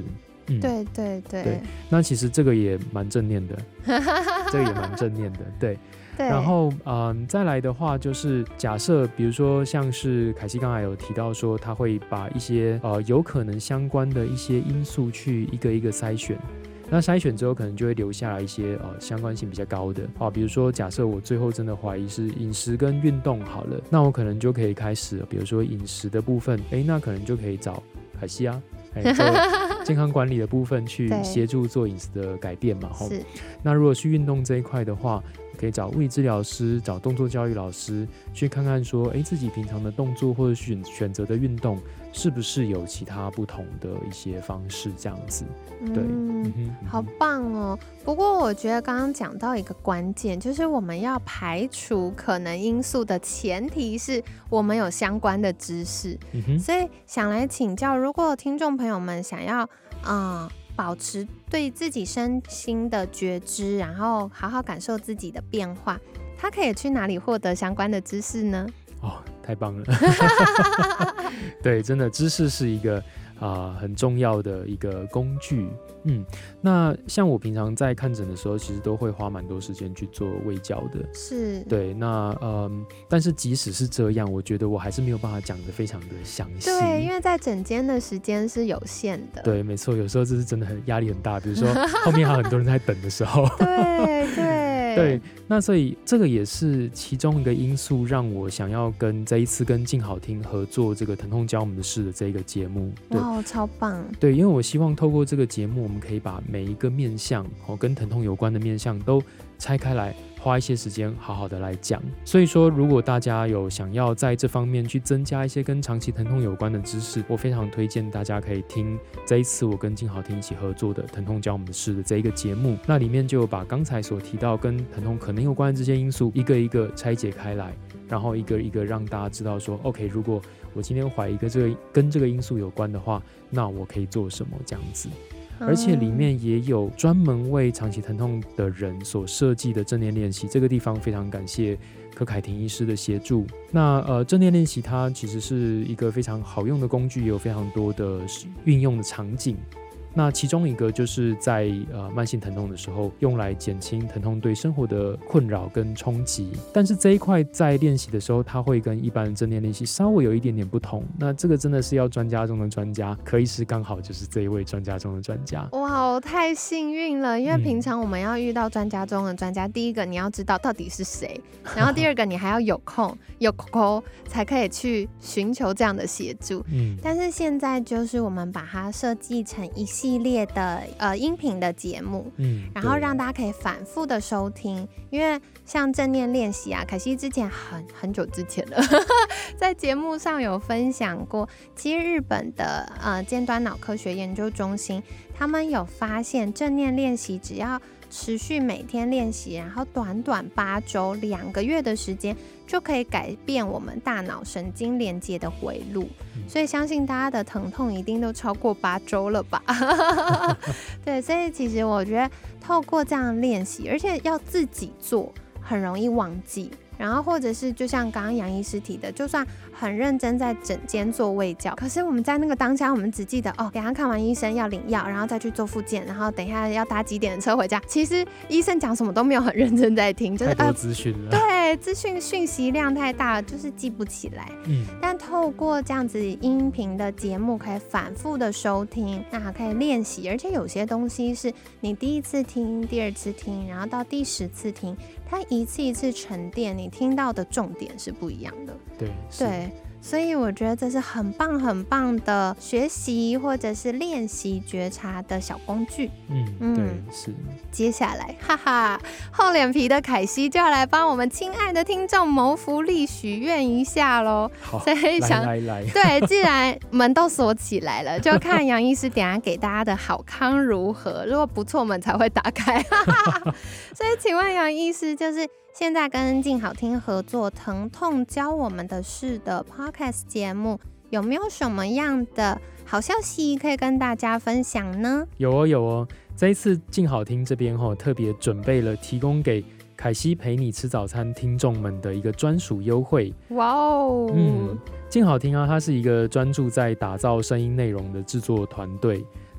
[SPEAKER 1] 对对对，
[SPEAKER 2] 那其实这个也蛮正念的，这个也蛮正念的，对。然后再来的话就是假设比如说像是凯西刚才有提到说他会把一些有可能相关的一些因素去一个一个筛选，那筛选之后可能就会留下来一些相关性比较高的比如说假设我最后真的怀疑是饮食跟运动好了，那我可能就可以开始比如说饮食的部分，那可能就可以找凯西啊，做健康管理的部分去协助做饮食的改变嘛。那如果是运动这一块的话，可以找物理治疗师、找动作教育老师去看看说自己平常的动作或者选择的运动是不是有其他不同的一些方式这样子。对，
[SPEAKER 1] 好棒哦。不过我觉得刚刚讲到一个关键，就是我们要排除可能因素的前提是我们有相关的知识。所以想来请教，如果听众朋友们想要保持对自己身心的觉知，然后好好感受自己的变化，他可以去哪里获得相关的知识呢？
[SPEAKER 2] 太棒了对，真的知识是一个很重要的一个工具。那像我平常在看诊的时候，其实都会花蛮多时间去做卫教的。是，对。那但是即使是这样，我觉得我还是没有办法讲得非常的详细。
[SPEAKER 1] 对，因为在诊间的时间是有限的。
[SPEAKER 2] 对，没错，有时候这是真的压力很大，比如说后面还有很多人在等的时候。对，那所以这个也是其中一个因素，让我想要这一次跟静好听合作这个疼痛教我们的事的这个节目。
[SPEAKER 1] 哇，超棒！
[SPEAKER 2] 对，因为我希望透过这个节目，我们可以把每一个面向跟疼痛有关的面向都拆开来，花一些时间好好的来讲。所以说如果大家有想要在这方面去增加一些跟长期疼痛有关的知识，我非常推荐大家可以听这一次我跟静好听一起合作的疼痛教我们的事的这一个节目。那里面就有把刚才所提到跟疼痛可能有关的这些因素一个一个拆解开来，然后一个一个让大家知道说 OK， 如果我今天怀疑跟这个因素有关的话，那我可以做什么这样子。而且里面也有专门为长期疼痛的人所设计的正念练习，这个地方非常感谢柯凯婷医师的协助。那正念练习它其实是一个非常好用的工具，也有非常多的运用的场景。那其中一个就是在慢性疼痛的时候用来减轻疼痛对生活的困扰跟冲击，但是这一块在练习的时候它会跟一般的正念练习稍微有一点点不同。那这个真的是要专家中的专家，柯医师刚好就是这一位专家中的专家。
[SPEAKER 1] 哇，太幸运了，因为平常我们要遇到专家中的专家，第一个你要知道到底是谁，然后第二个你还要有空有空才可以去寻求这样的协助。但是现在就是我们把它设计成一系列的音频的节目，然后让大家可以反复的收听。因为像正念练习啊，凯西之前很久之前了在节目上有分享过，其实日本的尖端脑科学研究中心他们有发现，正念练习只要持续每天练习，然后短短8周2个月的时间就可以改变我们大脑神经连接的回路。所以相信大家的疼痛一定都超过8周了吧对，所以其实我觉得透过这样练习，而且要自己做很容易忘记，然后或者是就像刚刚杨医师提的，就算很认真在诊间做卫教，可是我们在那个当下我们只记得等一下看完医生要领药，然后再去做复健，然后等一下要搭几点的车回家，其实医生讲什么都没有很认真在听，就是
[SPEAKER 2] 太多资讯了，
[SPEAKER 1] 对，资讯讯息量太大了，就是记不起来。但透过这样子音频的节目可以反复的收听，那还可以练习，而且有些东西是你第一次听第二次听，然后到第10次听，它一次一次沉淀，你听到的重点是不一样的。对，所以我觉得这是很棒很棒的学习或者是练习觉察的小工具。
[SPEAKER 2] 对，是。
[SPEAKER 1] 接下来厚脸皮的凯西就要来帮我们亲爱的听众谋福利许愿一下咯。所以来对，既然门都锁起来了，就看杨医师等一下给大家的好康如何，如果不错门才会打开所以请问杨医师，就是现在跟静好听合作疼痛教我们的事的 podcast 节目，有没有什么样的好消息可以跟大家分享呢？
[SPEAKER 2] 有哦，这一次静好听这边特别准备了提供给凯西陪你吃早餐听众们的一个专属优惠。
[SPEAKER 1] 哇哦，
[SPEAKER 2] 静好听啊，它是一个专注在打造声音内容的制作团队。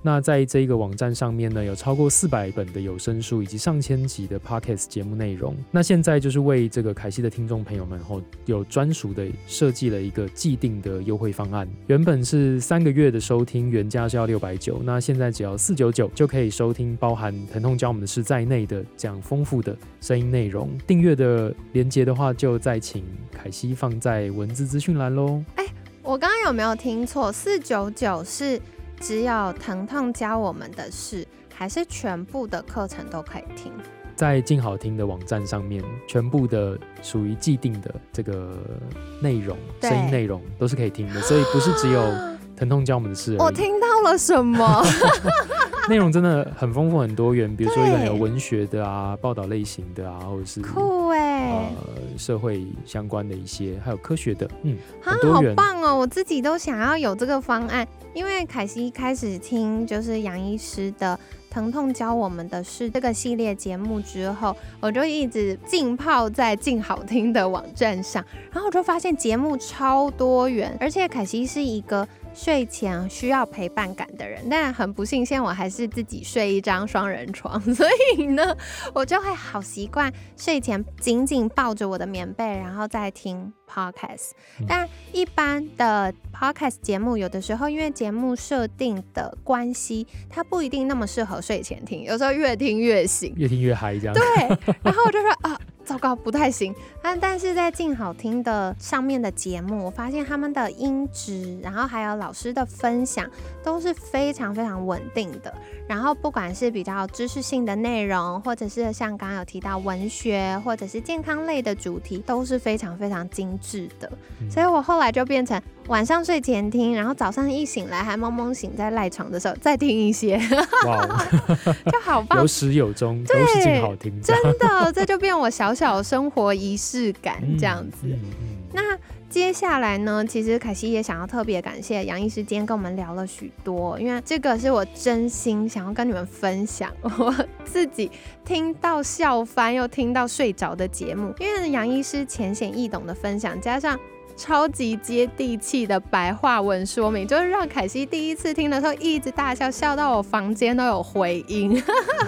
[SPEAKER 2] 那在这一个网站上面呢，有超过400本的有声书以及上千集的 Podcast 节目内容。那现在就是为这个凯西的听众朋友们有专属的设计了一个既定的优惠方案，原本是3个月的收听，原价是要690，那现在只要499就可以收听包含疼痛教我们的事在内的这样丰富的声音内容。订阅的连结的话，就再请凯西放在文字资讯栏咯。
[SPEAKER 1] 我刚刚有没有听错？499是只有疼痛教我们的事，还是全部的课程都可以听？
[SPEAKER 2] 在静好听的网站上面，全部的属于既定的这个内容，声音内容都是可以听的，所以不是只有疼痛教我们的事而已。
[SPEAKER 1] 我听到了什么？
[SPEAKER 2] 内容真的很丰富很多元，比如说有文学的啊、报道类型的啊，或者是
[SPEAKER 1] 酷
[SPEAKER 2] 社会相关的一些，还有科学的，很多元。
[SPEAKER 1] 好棒哦！我自己都想要有这个方案，因为凯西开始听就是杨医师的疼痛教我们的事这个系列节目之后，我就一直浸泡在静好听的网站上，然后我就发现节目超多元，而且凯西是一个睡前需要陪伴感的人，但很不幸，现在我还是自己睡一张双人床，所以呢，我就会好习惯睡前紧紧抱着我的棉被，然后再听 podcast。但一般的 podcast 节目，有的时候因为节目设定的关系，它不一定那么适合睡前听，有时候越听越醒，
[SPEAKER 2] 越听越嗨这样。
[SPEAKER 1] 对，然后我就说糟糕，不太行。但是在静好听的上面的节目，我发现他们的音质，然后还有老师的分享，都是非常非常稳定的。然后不管是比较知识性的内容，或者是像刚刚有提到文学，或者是健康类的主题，都是非常非常精致的。所以我后来就变成晚上睡前听，然后早上一醒来还懵懵醒，在赖床的时候再听一些，哇，就好棒，
[SPEAKER 2] 有始有终，都是静好听，
[SPEAKER 1] 真的，这就变我小小的生活仪式感这样子。那接下来呢，其实凯西也想要特别感谢杨医师今天跟我们聊了许多，因为这个是我真心想要跟你们分享我自己听到笑翻又听到睡着的节目，因为杨医师浅显易懂的分享，加上超级接地气的白话文说明，就是让凯西第一次听的时候一直大笑，笑到我房间都有回音。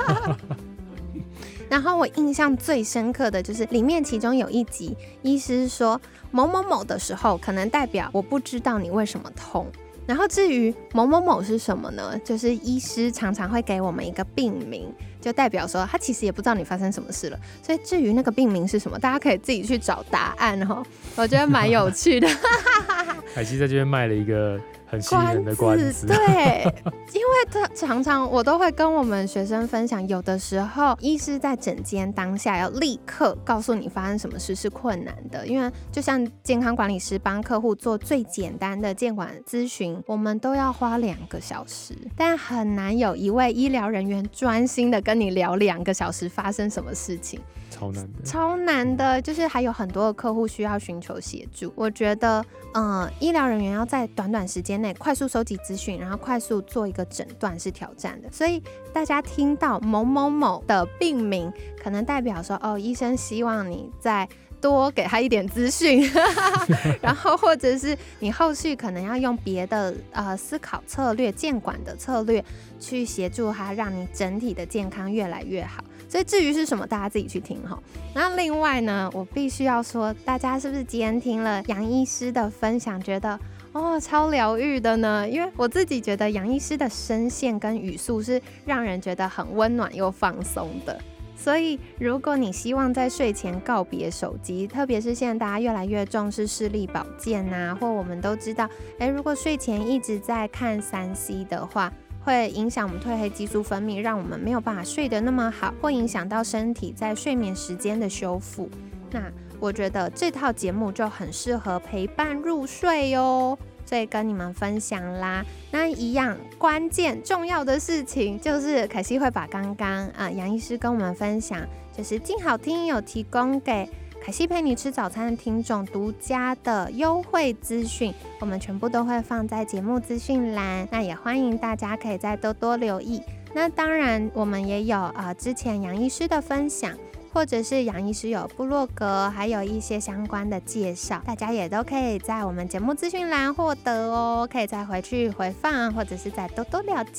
[SPEAKER 1] 然后我印象最深刻的就是里面其中有一集，医师说某某某的时候，可能代表我不知道你为什么痛。然后至于某某某是什么呢？就是医师常常会给我们一个病名，就代表说他其实也不知道你发生什么事了。所以至于那个病名是什么，大家可以自己去找答案哦。我觉得蛮有趣的。
[SPEAKER 2] 凯西在这边卖了一个很吸引人的关子，
[SPEAKER 1] 对，因为常常我都会跟我们学生分享，有的时候医师在诊间当下要立刻告诉你发生什么事是困难的，因为就像健康管理师帮客户做最简单的健管咨询，我们都要花2个小时，但很难有一位医疗人员专心的跟你聊2个小时发生什么事情。超难的，就是还有很多的客户需要寻求协助。我觉得医疗人员要在短短时间内快速收集资讯，然后快速做一个诊断是挑战的。所以大家听到某某某的病名，可能代表说医生希望你再多给他一点资讯然后或者是你后续可能要用别的思考策略、健管的策略去协助他，让你整体的健康越来越好。所以至于是什么，大家自己去听哈。那另外呢，我必须要说，大家是不是今天听了杨医师的分享，觉得超疗愈的呢？因为我自己觉得杨医师的声线跟语速是让人觉得很温暖又放松的。所以如果你希望在睡前告别手机，特别是现在大家越来越重视视力保健啊，或我们都知道如果睡前一直在看3C 的话，会影响我们褪黑激素分泌，让我们没有办法睡得那么好，会影响到身体在睡眠时间的修复。那我觉得这套节目就很适合陪伴入睡哦，所以跟你们分享啦。那一样关键重要的事情就是凯西会把刚刚杨医师跟我们分享，就是静好听有提供给凯西陪你吃早餐的听众独家的优惠资讯，我们全部都会放在节目资讯栏，那也欢迎大家可以再多多留意。那当然我们也有之前杨医师的分享，或者是杨医师有部落格，还有一些相关的介绍，大家也都可以在我们节目资讯栏获得哦，可以再回去回放，或者是再多多了解。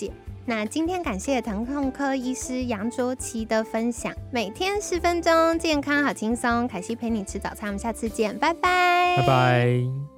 [SPEAKER 1] 那今天感谢疼痛科医师杨卓琪的分享，每天10分钟，健康好轻松。凯西陪你吃早餐，我们下次见，拜拜，
[SPEAKER 2] 拜拜。